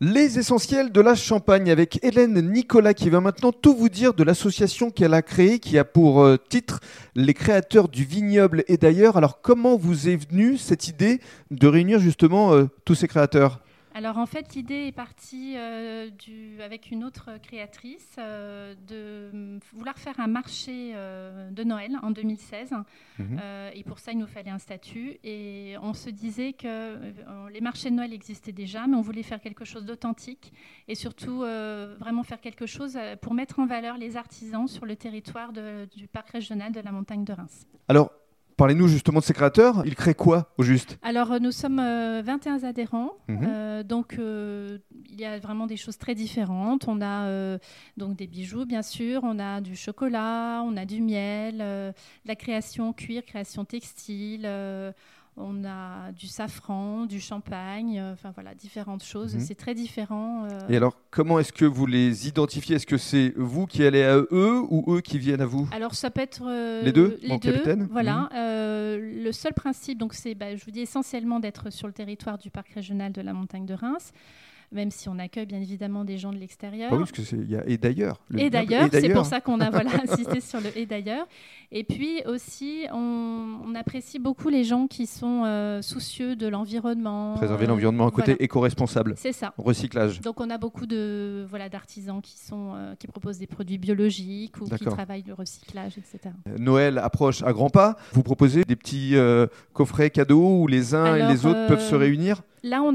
Les essentiels de la Champagne avec Hélène Nicolas qui va maintenant tout vous dire de l'association qu'elle a créée qui a pour titre Les créateurs du vignoble et d'ailleurs. Alors comment vous est venue cette idée de réunir justement tous ces créateurs ? Alors en fait, l'idée est partie avec une autre créatrice de vouloir faire un marché de Noël en 2016. Et pour ça, il nous fallait un statut. Et on se disait que les marchés de Noël existaient déjà, mais on voulait faire quelque chose d'authentique et surtout vraiment faire quelque chose pour mettre en valeur les artisans sur le territoire du parc régional de la montagne de Reims. Alors, parlez-nous justement de ces créateurs. Ils créent quoi au juste ? Alors, nous sommes 21 adhérents. Donc, il y a vraiment des choses très différentes. On a donc des bijoux, bien sûr. On a du chocolat, on a du miel, la création cuir, création textile. On a du safran, du champagne, enfin voilà, différentes choses. C'est très différent. Et alors, comment est-ce que vous les identifiez ? Est-ce que c'est vous qui allez à eux ou eux qui viennent à vous ? Alors, ça peut être les deux, les deux, capitaine. Voilà. Le seul principe, donc, c'est, je vous dis essentiellement d'être sur le territoire du parc régional de la montagne de Reims. Même si on accueille bien évidemment des gens de l'extérieur. Ah oui, parce qu'il y a et d'ailleurs. Et d'ailleurs, c'est pour ça qu'on a insisté sur le et d'ailleurs. Et puis aussi, on apprécie beaucoup les gens qui sont soucieux de l'environnement. Préserver l'environnement, un côté éco-responsable. C'est ça. Recyclage. Donc on a beaucoup d'artisans qui proposent des produits biologiques ou qui travaillent le recyclage, etc. Noël approche à grands pas. Vous proposez des petits coffrets cadeaux où les uns et les autres peuvent se réunir ? Là, on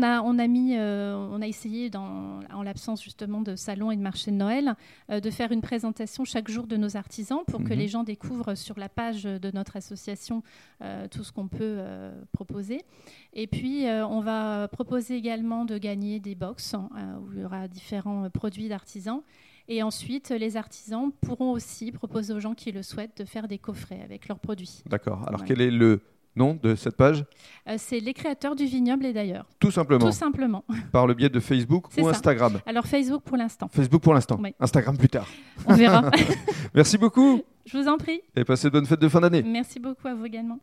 a essayé, en l'absence justement de salon et de marché de Noël, de faire une présentation chaque jour de nos artisans pour que les gens découvrent sur la page de notre association tout ce qu'on peut proposer. Et puis, on va proposer également de gagner des box où il y aura différents produits d'artisans. Et ensuite, les artisans pourront aussi proposer aux gens qui le souhaitent de faire des coffrets avec leurs produits. D'accord. Alors, quel est le nom de cette page ? C'est les créateurs du vignoble et d'ailleurs. Tout simplement. Tout simplement. Par le biais de Facebook ou Instagram ? Alors Facebook pour l'instant. Facebook pour l'instant. Oui. Instagram plus tard. On verra. Merci beaucoup. Je vous en prie. Et passez de bonnes fêtes de fin d'année. Merci beaucoup à vous également.